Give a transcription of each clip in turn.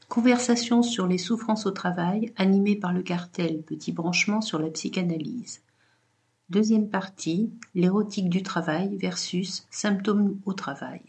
Conversation sur les souffrances au travail, animée par le cartel Petit branchement sur la psychanalyse. Deuxième partie, l'érotique du travail versus symptômes au travail.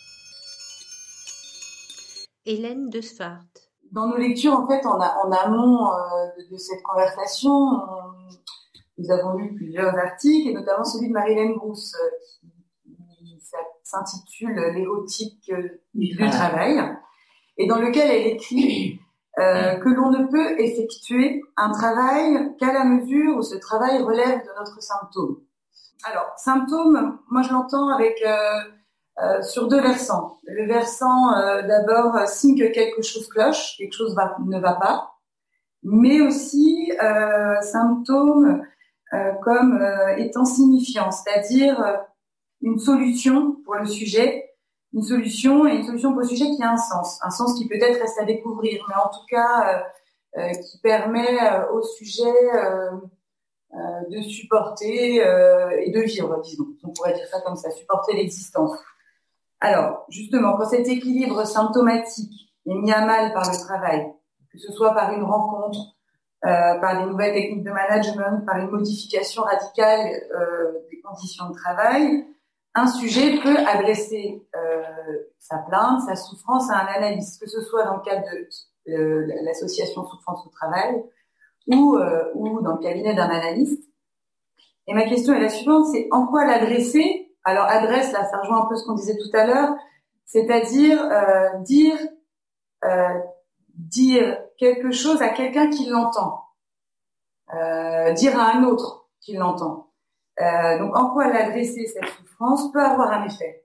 Hélène de Svart. Dans nos lectures, en fait, en amont de cette conversation, nous avons lu plusieurs articles, et notamment celui de Marilène Brousse, qui s'intitule L'érotique du travail, et dans lequel elle écrit que l'on ne peut effectuer un travail qu'à la mesure où ce travail relève de notre symptôme. Alors, symptôme, moi je l'entends avec sur deux versants. Le versant d'abord signe que quelque chose cloche, quelque chose ne va pas, mais aussi symptôme comme étant signifiant, c'est-à-dire une solution pour le sujet. Une solution pour le sujet qui a un sens qui peut-être reste à découvrir, mais en tout cas qui permet au sujet de supporter et de vivre, disons. On pourrait dire ça comme ça, supporter l'existence. Alors, justement, quand cet équilibre symptomatique est mis à mal par le travail, que ce soit par une rencontre, par des nouvelles techniques de management, par une modification radicale des conditions de travail, un sujet peut adresser sa plainte, sa souffrance à un analyste, que ce soit dans le cadre de l'association Souffrance au travail ou dans le cabinet d'un analyste. Et ma question est la suivante, c'est en quoi l'adresser? Alors adresse, là, ça rejoint un peu ce qu'on disait tout à l'heure, c'est-à-dire dire quelque chose à quelqu'un qui l'entend, dire à un autre qui l'entend. Donc, en quoi l'adresser, cette souffrance, peut avoir un effet.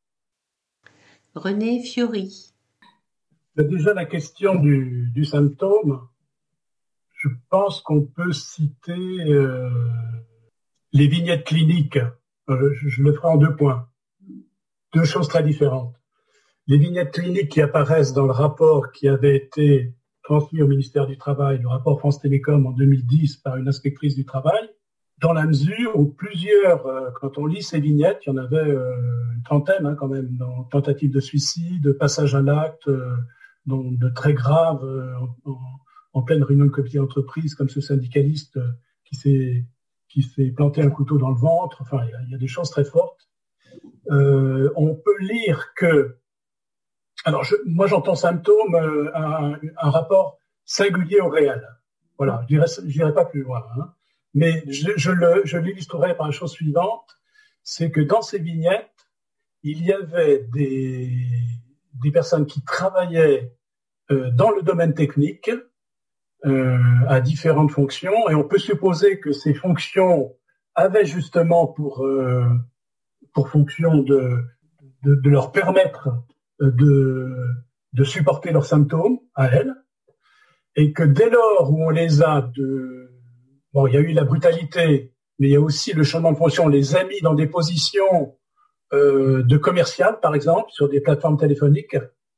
René Fiori. Déjà, la question du symptôme, je pense qu'on peut citer les vignettes cliniques. Je le ferai en 2 points. 2 choses très différentes. Les vignettes cliniques qui apparaissent dans le rapport qui avait été transmis au ministère du Travail, le rapport France Télécom en 2010 par une inspectrice du travail, dans la mesure où quand on lit ces vignettes, il y en avait une trentaine quand même, dans tentative de suicide, passage à l'acte, de très graves, en pleine réunion de comité d'entreprise, comme ce syndicaliste qui s'est planté un couteau dans le ventre. Enfin, il y a des choses très fortes. On peut lire que, alors moi j'entends symptôme, un rapport singulier au réel. Voilà, je dirais pas plus loin. Mais je l'illustrerai par la chose suivante, c'est que dans ces vignettes, il y avait des personnes qui travaillaient dans le domaine technique à différentes fonctions, et on peut supposer que ces fonctions avaient justement pour fonction de leur permettre de supporter leurs symptômes à elles, et que dès lors où on les a il y a eu la brutalité, mais il y a aussi le changement de fonction. On les a mis dans des positions de commercial, par exemple, sur des plateformes téléphoniques.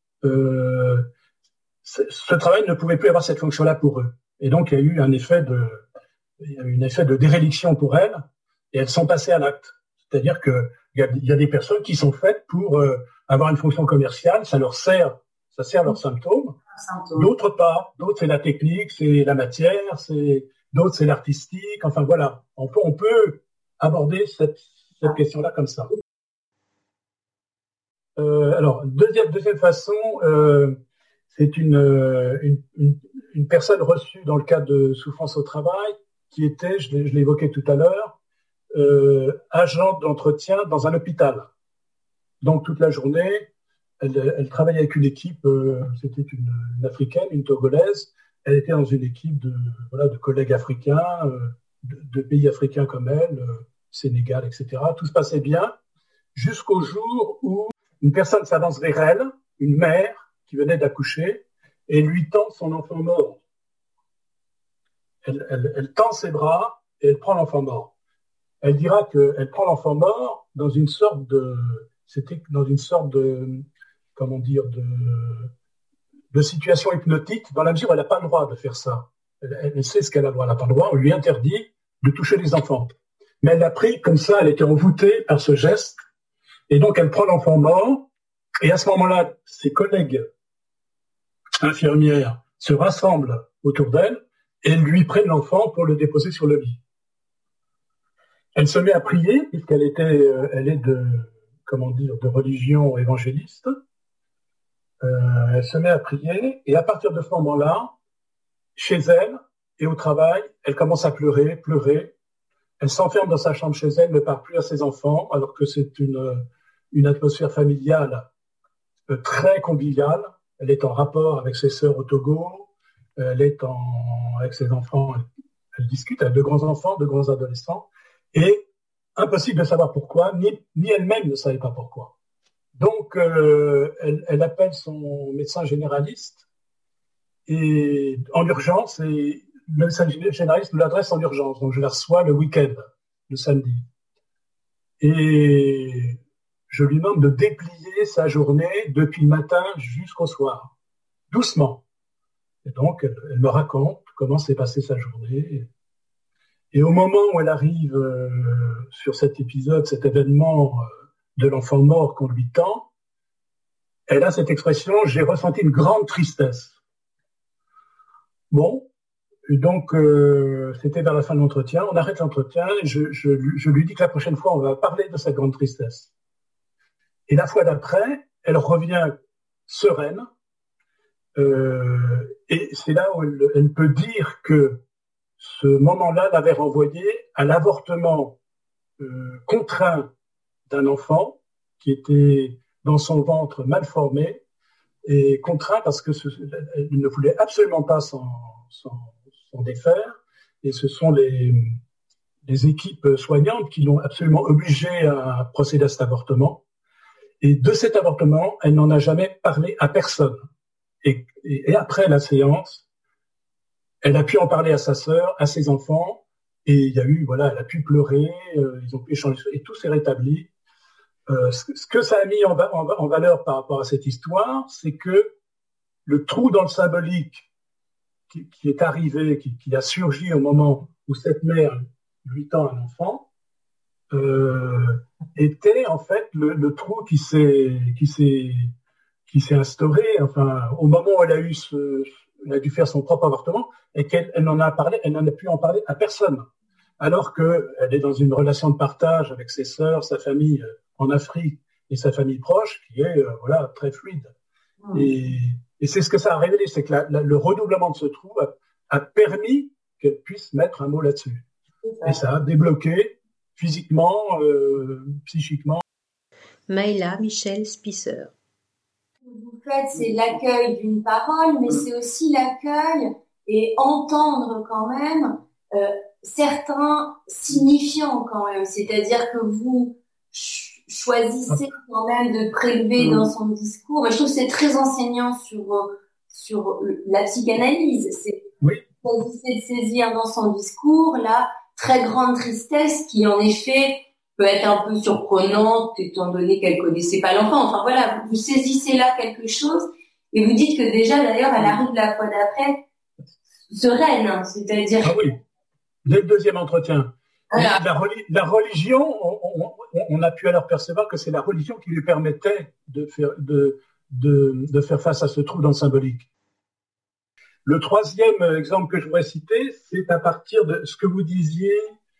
Ce travail ne pouvait plus avoir cette fonction-là pour eux. Et donc, il y a eu un effet de déréliction pour elles, et elles sont passées à l'acte. C'est-à-dire que il y a des personnes qui sont faites pour avoir une fonction commerciale, ça sert leurs symptômes. D'autres pas. D'autres, c'est la technique, c'est la matière, d'autres, c'est l'artistique. Enfin, voilà. On peut aborder cette question-là comme ça. Alors, deuxième façon, c'est une personne reçue dans le cadre de Souffrance au travail qui était, je l'ai évoqué tout à l'heure, agent d'entretien dans un hôpital. Donc, toute la journée, elle travaillait avec une équipe, c'était une Africaine, une Togolaise. Elle était dans une équipe de collègues africains, de pays africains comme elle, Sénégal, etc. Tout se passait bien jusqu'au jour où une personne s'avance vers elle, une mère qui venait d'accoucher, et lui tend son enfant mort. Elle tend ses bras et elle prend l'enfant mort. Elle dira qu'elle prend l'enfant mort dans une sorte de situation hypnotique, dans la mesure où elle n'a pas le droit de faire ça. Elle sait ce qu'elle a le droit, elle n'a pas le droit, on lui interdit de toucher les enfants. Mais elle l'a pris comme ça, elle était envoûtée par ce geste, et donc elle prend l'enfant mort, et à ce moment-là, ses collègues infirmières se rassemblent autour d'elle et lui prennent l'enfant pour le déposer sur le lit. Elle se met à prier, puisqu'elle elle est de religion évangéliste. Elle se met à prier, et à partir de ce moment-là, chez elle et au travail, elle commence à pleurer. Elle s'enferme dans sa chambre chez elle, ne parle plus à ses enfants, alors que c'est une atmosphère familiale très conviviale. Elle est en rapport avec ses sœurs au Togo, avec ses enfants, elle discute avec de grands enfants, de grands adolescents, et impossible de savoir pourquoi, ni elle-même ne savait pas pourquoi. Donc, elle appelle son médecin généraliste et en urgence, et le médecin généraliste nous l'adresse en urgence. Donc, je la reçois le week-end, le samedi. Et je lui demande de déplier sa journée depuis le matin jusqu'au soir, doucement. Et donc, elle me raconte comment s'est passée sa journée. Et au moment où elle arrive sur cet épisode, cet événement de l'enfant mort qu'on lui tend, elle a cette expression « j'ai ressenti une grande tristesse ». Bon, et donc c'était vers la fin de l'entretien, on arrête l'entretien, et je lui dis que la prochaine fois, on va parler de cette grande tristesse. Et la fois d'après, elle revient sereine, et c'est là où elle peut dire que ce moment-là l'avait renvoyée à l'avortement contraint d'un enfant qui était dans son ventre mal formé et contraint parce que elle ne voulait absolument pas s'en défaire, et ce sont les équipes soignantes qui l'ont absolument obligée à procéder à cet avortement. Et de cet avortement, elle n'en a jamais parlé à personne. Et après la séance, elle a pu en parler à sa sœur, à ses enfants, et elle a pu pleurer, ils ont pu échanger, et tout s'est rétabli. Ce que ça a mis en valeur par rapport à cette histoire, c'est que le trou dans le symbolique qui est arrivé, qui a surgi au moment où cette mère lui tend un enfant, était en fait le trou qui s'est instauré, enfin, au moment où elle a dû faire son propre avortement, et qu'elle n'en a pu en parler à personne. Alors qu'elle est dans une relation de partage avec ses sœurs, sa famille en Afrique et sa famille proche, qui est très fluide. Et c'est ce que ça a révélé, c'est que le redoublement de ce trou a permis qu'elle puisse mettre un mot là-dessus. Et ça a débloqué physiquement, psychiquement. Maëla Michel Spisser. Vous faites, c'est l'accueil d'une parole, mais c'est aussi l'accueil et entendre quand même certains signifiants quand même. C'est-à-dire que vous choisissez quand même de prélever dans son discours. Moi, je trouve que c'est très enseignant sur la psychanalyse. Oui. Vous choisissez de saisir dans son discours la très grande tristesse qui, en effet, peut être un peu surprenante étant donné qu'elle connaissait pas l'enfant. Enfin voilà, vous saisissez là quelque chose et vous dites que déjà d'ailleurs elle arrive la fois d'après sereine, c'est-à-dire. Ah oui, dès le deuxième entretien. Voilà. La religion, on a pu alors percevoir que c'est la religion qui lui permettait de faire face à ce trou dans le symbolique. Le troisième exemple que je voudrais citer, c'est à partir de ce que vous disiez,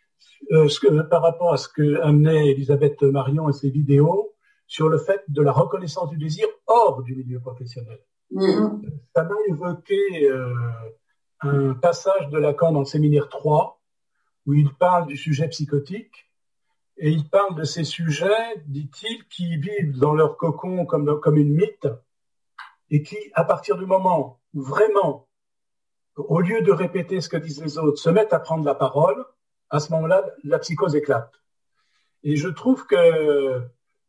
par rapport à ce que amenait Elisabeth Marion et ses vidéos sur le fait de la reconnaissance du désir hors du milieu professionnel. Mm-hmm. Ça m'a évoqué un passage de Lacan dans le séminaire 3 où il parle du sujet psychotique et il parle de ces sujets, dit-il, qui vivent dans leur cocon comme une mythe et qui, à partir du moment où vraiment, au lieu de répéter ce que disent les autres, se mettent à prendre la parole, à ce moment-là, la psychose éclate. Et je trouve que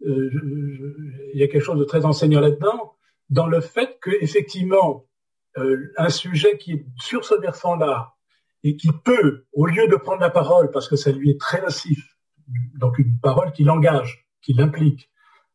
il y a quelque chose de très enseignant là-dedans, dans le fait que effectivement, un sujet qui est sur ce versant-là et qui peut, au lieu de prendre la parole, parce que ça lui est très nocif, donc une parole qui l'engage, qui l'implique,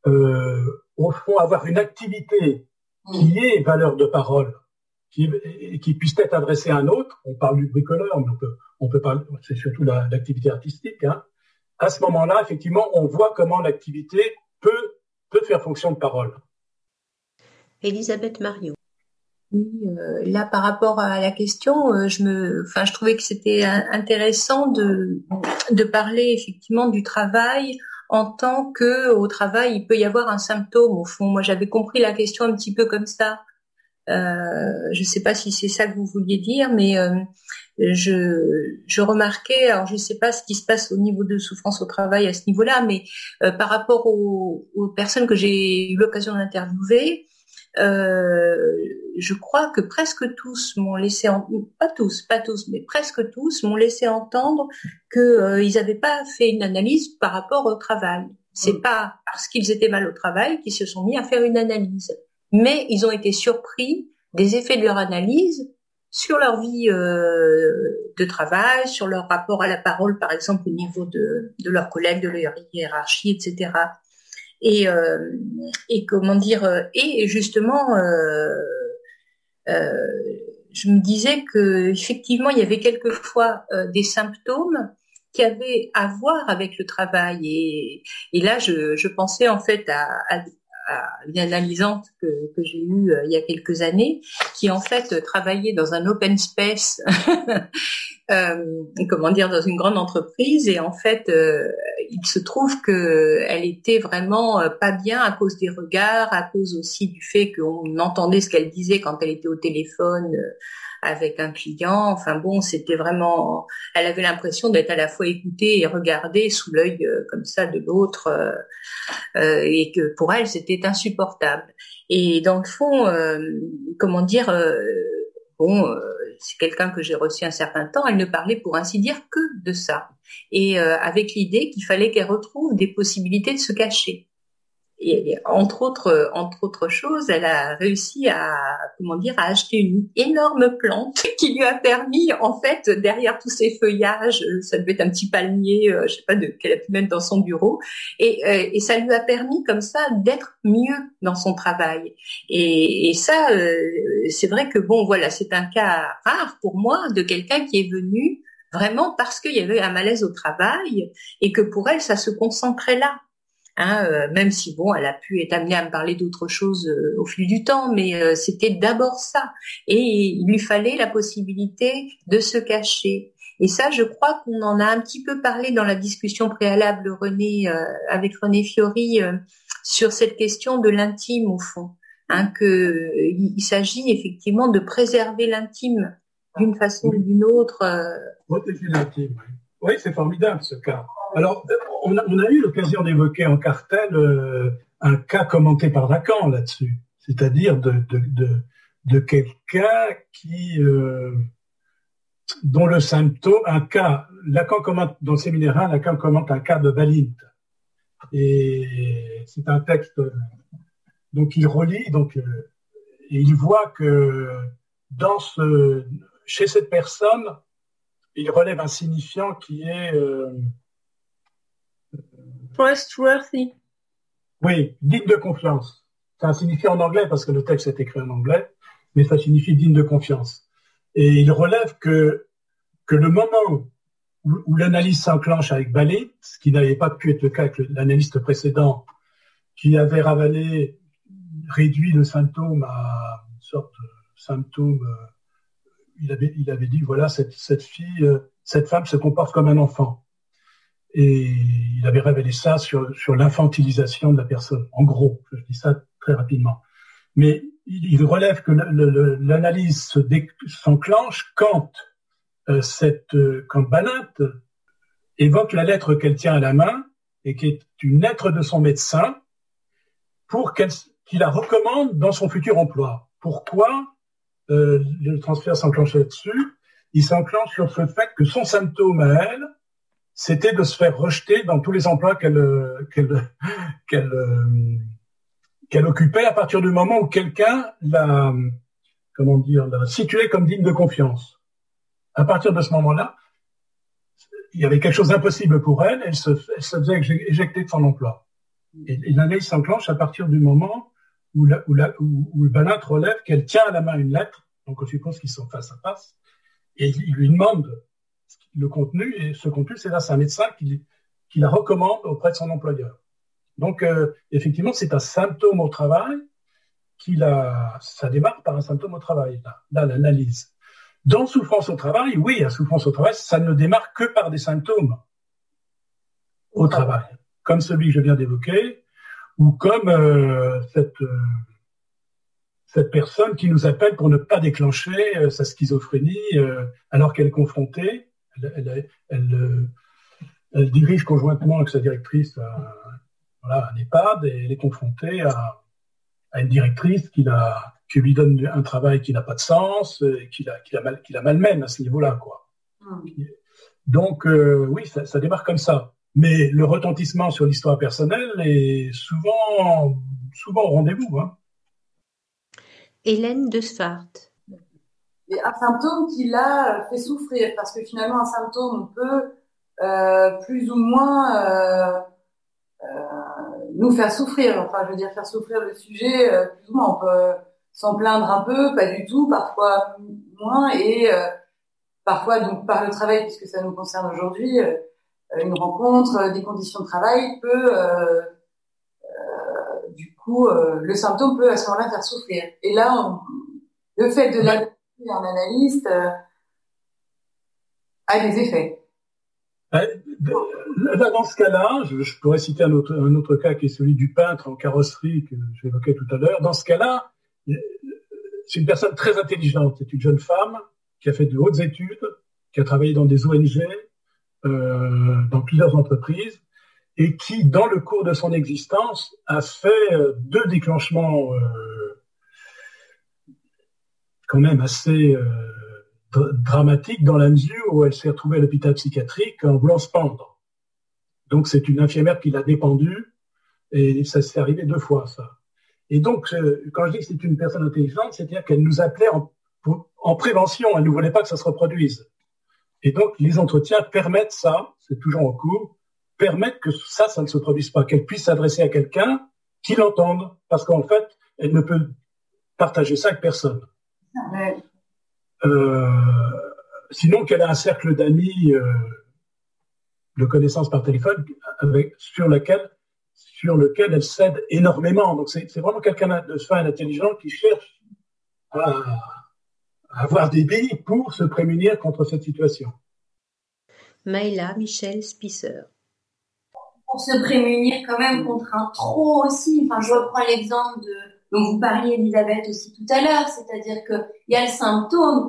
au fond avoir une activité qui est valeur de parole, qui puisse être adressée à un autre. On parle du bricoleur, mais on peut parler, c'est surtout l'activité artistique. Hein. À ce moment-là, effectivement, on voit comment l'activité peut faire fonction de parole. Elisabeth Marion. Oui, là par rapport à la question, je trouvais que c'était intéressant de parler effectivement du travail en tant que au travail il peut y avoir un symptôme au fond. Moi j'avais compris la question un petit peu comme ça. Je sais pas si c'est ça que vous vouliez dire, mais je remarquais, alors je sais pas ce qui se passe au niveau de souffrance au travail à ce niveau-là, mais par rapport aux personnes que j'ai eu l'occasion d'interviewer. Je crois que presque tous m'ont laissé pas tous, mais presque tous m'ont laissé entendre que ils n'avaient pas fait une analyse par rapport au travail. C'est pas parce qu'ils étaient mal au travail qu'ils se sont mis à faire une analyse, mais ils ont été surpris des effets de leur analyse sur leur vie de travail, sur leur rapport à la parole, par exemple au niveau de leurs collègues, de leur hiérarchie, etc. Et comment dire, et justement je me disais que effectivement il y avait quelquefois des symptômes qui avaient à voir avec le travail, et là je pensais en fait à une analysante que j'ai eue il y a quelques années, qui en fait travaillait dans un open space comment dire, dans une grande entreprise, et en fait il se trouve que elle était vraiment pas bien à cause des regards, à cause aussi du fait qu'on entendait ce qu'elle disait quand elle était au téléphone avec un client. Enfin bon, c'était vraiment, elle avait l'impression d'être à la fois écoutée et regardée sous l'œil comme ça de l'autre, et que pour elle c'était insupportable. Et dans le fond, comment dire, c'est quelqu'un que j'ai reçu un certain temps, elle ne parlait pour ainsi dire que de ça, et avec l'idée qu'il fallait qu'elle retrouve des possibilités de se cacher. Et entre autres choses, elle a réussi à acheter une énorme plante qui lui a permis, en fait, derrière tous ces feuillages, ça devait être un petit palmier, je sais pas qu'elle a pu mettre dans son bureau, et ça lui a permis comme ça d'être mieux dans son travail. Et ça, c'est vrai que bon, voilà, c'est un cas rare pour moi de quelqu'un qui est venu vraiment parce qu'il y avait un malaise au travail et que pour elle, ça se concentrait là. Même si bon, elle a pu être amenée à me parler d'autres choses au fil du temps, mais c'était d'abord ça, et il lui fallait la possibilité de se cacher. Et ça, je crois qu'on en a un petit peu parlé dans la discussion préalable, René, avec René Fiori, sur cette question de l'intime au fond, que il s'agit effectivement de préserver l'intime d'une façon ou d'une autre. Protéger l'intime, oui. Oui, c'est formidable ce cas. Alors, on a eu l'occasion d'évoquer en cartel un cas commenté par Lacan là-dessus, c'est-à-dire de quelqu'un qui dont le symptôme, Lacan commente dans le séminaire 1, Lacan commente un cas de Balint, et c'est un texte, donc il relit, et il voit que chez cette personne, il relève un signifiant qui est trustworthy. Oui, digne de confiance. C'est un signifiant en anglais parce que le texte est écrit en anglais, mais ça signifie digne de confiance. Et il relève que le moment où l'analyse s'enclenche avec Balint, ce qui n'avait pas pu être le cas avec l'analyste précédent, qui avait réduit le symptôme à une sorte de symptôme. Il avait dit, voilà, cette femme se comporte comme un enfant. Et il avait révélé ça sur l'infantilisation de la personne. En gros, je dis ça très rapidement. Mais il relève que l'analyse s'enclenche quand Balint évoque la lettre qu'elle tient à la main et qui est une lettre de son médecin pour qu'il la recommande dans son futur emploi. Pourquoi le transfert s'enclenche là-dessus? Il s'enclenche sur ce fait que son symptôme à elle, c'était de se faire rejeter dans tous les emplois qu'elle occupait à partir du moment où quelqu'un l'a située comme digne de confiance. À partir de ce moment-là, il y avait quelque chose d'impossible pour elle, elle se faisait éjecter de son emploi. Et l'analyse s'enclenche à partir du moment où Balint relève qu'elle tient à la main une lettre, donc on suppose qu'ils sont face à face, et il lui demande le contenu, et ce contenu, c'est un médecin qui la recommande auprès de son employeur. Donc, effectivement, c'est un symptôme au travail ça démarre par un symptôme au travail, là l'analyse. Dans souffrance au travail, oui, à souffrance au travail, ça ne démarre que par des symptômes au travail, comme celui que je viens d'évoquer, ou comme cette personne qui nous appelle pour ne pas déclencher sa schizophrénie alors qu'elle est confrontée. Elle dirige conjointement avec sa directrice un EHPAD et elle est confrontée à une directrice qui lui donne un travail qui n'a pas de sens et qui la malmène à ce niveau-là, quoi. Donc oui, ça démarre comme ça. Mais le retentissement sur l'histoire personnelle est souvent au rendez-vous, hein. Hélène de Svart. Et un symptôme qui l'a fait souffrir, parce que finalement un symptôme peut plus ou moins nous faire souffrir. Enfin, je veux dire faire souffrir le sujet plus ou moins. On peut s'en plaindre un peu, pas du tout, parfois moins, et parfois donc par le travail, puisque ça nous concerne aujourd'hui, une rencontre, des conditions de travail peut du coup, le symptôme peut à ce moment-là faire souffrir. Et là, le fait de l'analyser en analyste a des effets. Là, dans ce cas-là, je pourrais citer un autre cas qui est celui du peintre en carrosserie que j'évoquais tout à l'heure. Dans ce cas-là, c'est une personne très intelligente. C'est une jeune femme qui a fait de hautes études, qui a travaillé dans des ONG, dans plusieurs entreprises, et qui, dans le cours de son existence, a fait 2 déclenchements quand même assez dramatiques dans la mesure où elle s'est retrouvée à l'hôpital psychiatrique en voulant se pendre. Donc c'est une infirmière qui l'a dépendue et ça s'est arrivé 2 fois, ça. Et donc, quand je dis que c'est une personne intelligente, c'est-à-dire qu'elle nous appelait en prévention, elle ne voulait pas que ça se reproduise. Et donc, les entretiens permettent ça, c'est toujours en cours, permettent que ça ne se produise pas, qu'elle puisse s'adresser à quelqu'un qui l'entende, parce qu'en fait, elle ne peut partager ça avec personne. Ouais. Sinon, qu'elle a un cercle d'amis, de connaissances par téléphone, sur lequel elle s'aide énormément. Donc, c'est vraiment quelqu'un de fin intelligent qui cherche à avoir des billes pour se prémunir contre cette situation. Maëla Michel Spisser. Pour se prémunir quand même contre un trop aussi. Enfin, je reprends l'exemple dont vous parliez, Elisabeth, aussi tout à l'heure, c'est-à-dire que il y a le symptôme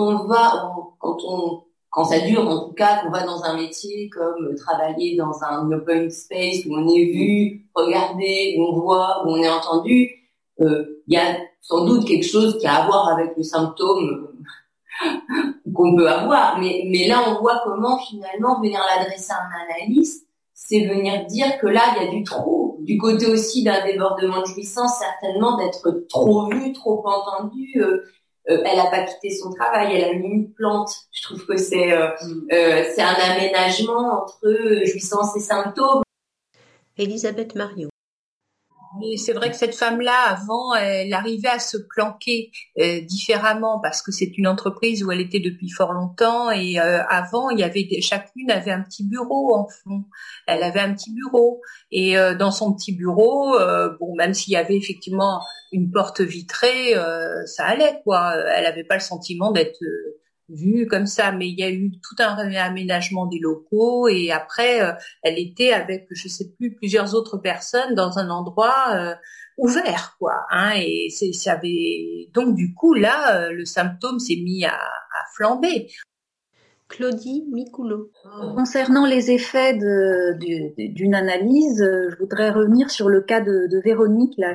quand ça dure, en tout cas, qu'on va dans un métier comme travailler dans un open space où on est vu, regardé, où on voit, où on est entendu. Il y a sans doute quelque chose qui a à voir avec le symptôme qu'on peut avoir, mais là on voit comment finalement venir l'adresser à un analyste, c'est venir dire que là il y a du trop, du côté aussi d'un débordement de jouissance, certainement d'être trop vu, trop entendu. Elle a pas quitté son travail, elle a mis une plante. Je trouve que c'est un aménagement entre jouissance et symptômes. Elisabeth Mariot. Mais c'est vrai que cette femme-là, avant, elle arrivait à se planquer différemment parce que c'est une entreprise où elle était depuis fort longtemps et avant, chacune avait un petit bureau en fond. Elle avait un petit bureau et dans son petit bureau, même s'il y avait effectivement une porte vitrée, ça allait quoi. Elle avait pas le sentiment d'être vue comme ça, mais il y a eu tout un réaménagement des locaux et après elle était avec je sais plus plusieurs autres personnes dans un endroit ouvert quoi, hein, et ça avait donc du coup là le symptôme s'est mis à flamber. Claudie Micoulot. Concernant les effets d'une analyse, je voudrais revenir sur le cas de Véronique là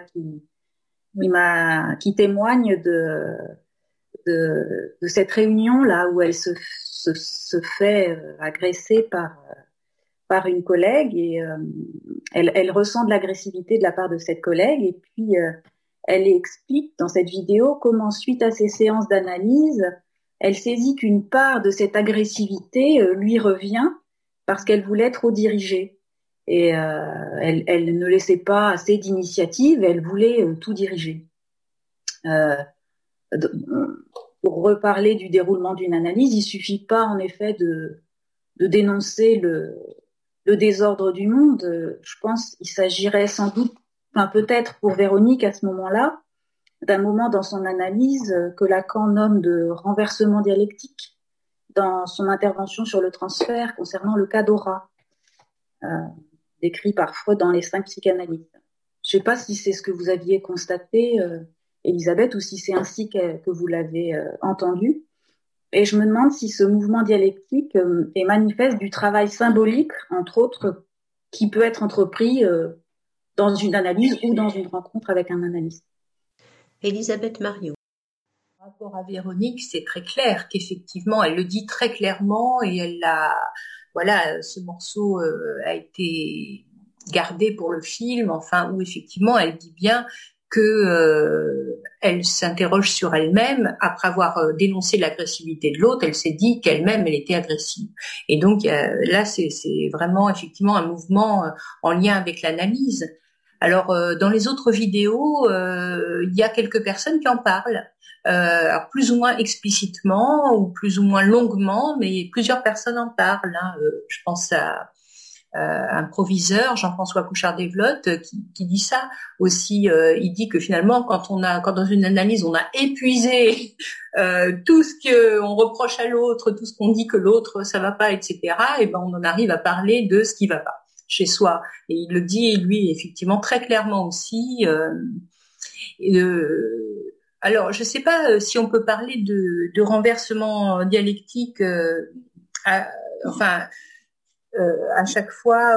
qui témoigne de cette réunion là où elle se fait agresser par une collègue et elle ressent de l'agressivité de la part de cette collègue et puis elle explique dans cette vidéo comment suite à ces séances d'analyse elle saisit qu'une part de cette agressivité lui revient parce qu'elle voulait trop diriger et elle ne laissait pas assez d'initiative, elle voulait tout diriger. Pour reparler du déroulement d'une analyse, il suffit pas en effet de dénoncer le désordre du monde. Je pense qu'il s'agirait sans doute, peut-être pour Véronique à ce moment-là, d'un moment dans son analyse que Lacan nomme de renversement dialectique dans son intervention sur le transfert concernant le cas d'Aura, décrit par Freud dans les 5 psychanalyses. Je ne sais pas si c'est ce que vous aviez constaté, Elisabeth, ou si c'est ainsi que vous l'avez entendu. Et je me demande si ce mouvement dialectique est manifeste du travail symbolique, entre autres, qui peut être entrepris dans une analyse ou dans une rencontre avec un analyste. Elisabeth Mariot. Par rapport à Véronique, c'est très clair qu'effectivement, elle le dit très clairement et ce morceau a été gardé pour le film, où effectivement, elle dit bien que elle s'interroge sur elle-même après avoir dénoncé l'agressivité de l'autre. Elle s'est dit qu'elle-même elle était agressive. Et donc là, c'est vraiment effectivement un mouvement en lien avec l'analyse. Alors dans les autres vidéos, il y a quelques personnes qui en parlent. Alors plus ou moins explicitement ou plus ou moins longuement, mais plusieurs personnes en parlent. Je pense à un proviseur, Jean-François Couchard-Desvlottes, qui dit ça aussi. Il dit que finalement, quand dans une analyse, on a épuisé tout ce qu'on reproche à l'autre, tout ce qu'on dit que l'autre ça va pas, etc. Et ben on en arrive à parler de ce qui va pas chez soi. Et il le dit lui effectivement très clairement aussi. Alors, je sais pas si on peut parler de renversement dialectique. À chaque fois,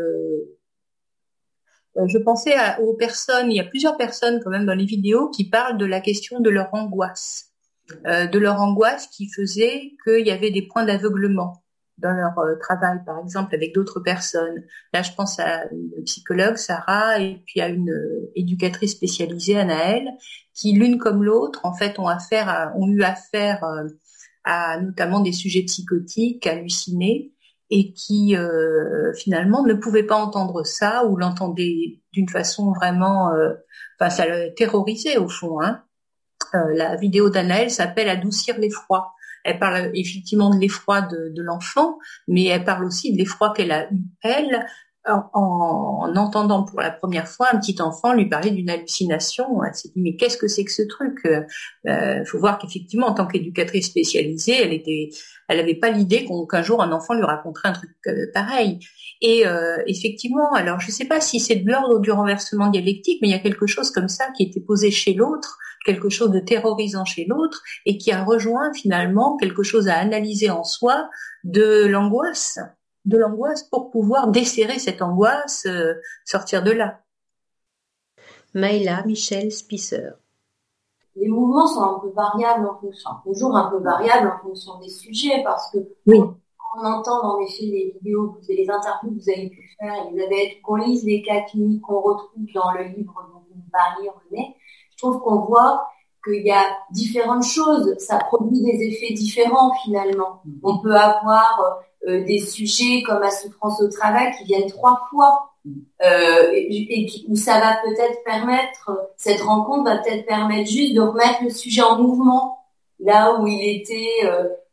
je pensais aux personnes. Il y a plusieurs personnes quand même dans les vidéos qui parlent de la question de leur angoisse, qui faisait qu'il y avait des points d'aveuglement dans leur travail, par exemple, avec d'autres personnes. Là, je pense à une psychologue, Sarah, et puis à une éducatrice spécialisée, Anaëlle, qui, l'une comme l'autre, en fait, ont eu affaire à notamment des sujets psychotiques, hallucinés, et qui, finalement, ne pouvaient pas entendre ça, ou l'entendaient d'une façon vraiment... ça le terrorisait, au fond, La vidéo d'Anaëlle s'appelle « Adoucir l'effroi ». Elle parle effectivement de l'effroi de l'enfant, mais elle parle aussi de l'effroi qu'elle a eu, elle, en entendant pour la première fois un petit enfant lui parler d'une hallucination. Elle s'est dit, mais qu'est-ce que c'est que ce truc? Faut voir qu'effectivement, en tant qu'éducatrice spécialisée, elle avait pas l'idée qu'un jour un enfant lui raconterait un truc pareil. Et effectivement, alors je sais pas si c'est de l'ordre du renversement dialectique, mais il y a quelque chose comme ça qui était posé chez l'autre, quelque chose de terrorisant chez l'autre, et qui a rejoint finalement quelque chose à analyser en soi de l'angoisse pour pouvoir desserrer cette angoisse, sortir de là. Maëla Michel Spisser. Les mouvements sont un peu variables toujours un peu variables en fonction des sujets, parce que oui. On entend en effet les vidéos et les interviews que vous avez pu faire, Elisabeth, qu'on lise les cas cliniques qu'on retrouve dans le livre dont vous nous parliez, René. Je trouve qu'on voit qu'il y a différentes choses, ça produit des effets différents finalement. On peut avoir des sujets comme la souffrance au travail qui viennent 3 fois, où ça va peut-être permettre, cette rencontre va peut-être permettre juste de remettre le sujet en mouvement, là où il était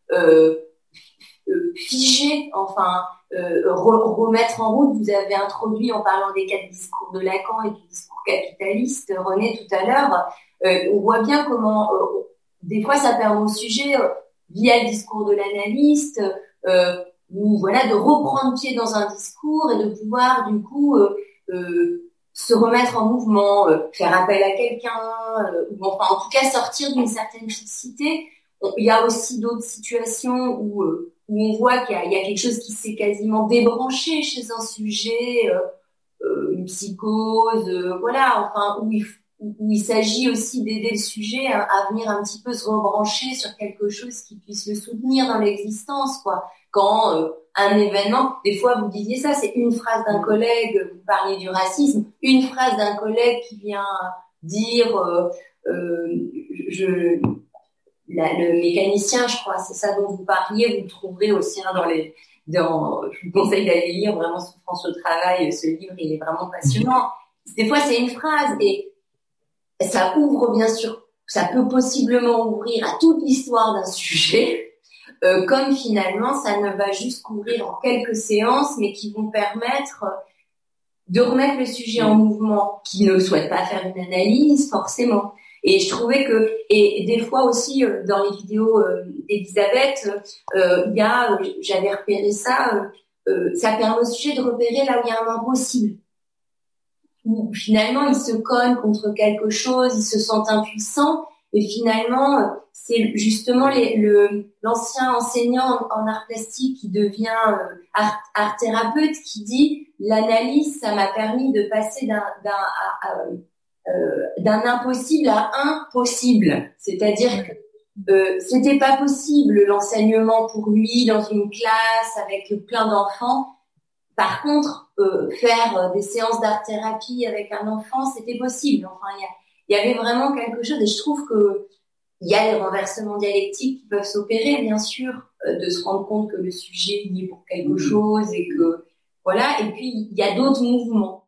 figé, remettre en route. Vous avez introduit en parlant des 4 discours de Lacan et du discours capitaliste, René, tout à l'heure. On voit bien comment des fois ça permet au sujet via le discours de l'analyste de reprendre pied dans un discours et de pouvoir du coup se remettre en mouvement, faire appel à quelqu'un, en tout cas sortir d'une certaine fixité. Il y a aussi d'autres situations où on voit qu'il y a quelque chose qui s'est quasiment débranché chez un sujet, une psychose, où il s'agit aussi d'aider le sujet à venir un petit peu se rebrancher sur quelque chose qui puisse le soutenir dans l'existence, quoi. Quand un événement, des fois vous disiez ça, c'est une phrase d'un collègue, vous parliez du racisme, une phrase d'un collègue qui vient dire le mécanicien, je crois, c'est ça dont vous parliez, vous le trouverez aussi je vous conseille d'aller lire vraiment Souffrance au travail, ce livre, il est vraiment passionnant. Des fois c'est une phrase et ça ouvre bien sûr, ça peut possiblement ouvrir à toute l'histoire d'un sujet, comme finalement ça ne va juste couvrir en quelques séances, mais qui vont permettre de remettre le sujet en mouvement, qui ne souhaite pas faire une analyse forcément. Et je trouvais que, et des fois aussi dans les vidéos d'Elisabeth, il y a, j'avais repéré ça, ça permet au sujet de repérer là où il y a un impossible. Où finalement ils se cognent contre quelque chose, ils se sentent impuissants, et finalement c'est justement l'ancien enseignant en art plastique qui devient art thérapeute qui dit l'analyse ça m'a permis de passer d'un impossible à un possible, c'est-à-dire que c'était pas possible l'enseignement pour lui dans une classe avec plein d'enfants. Par contre, faire des séances d'art-thérapie avec un enfant, c'était possible. Enfin, il y avait vraiment quelque chose, et je trouve que il y a les renversements dialectiques qui peuvent s'opérer, bien sûr, de se rendre compte que le sujet y est pour quelque chose et que voilà. Et puis il y a d'autres mouvements.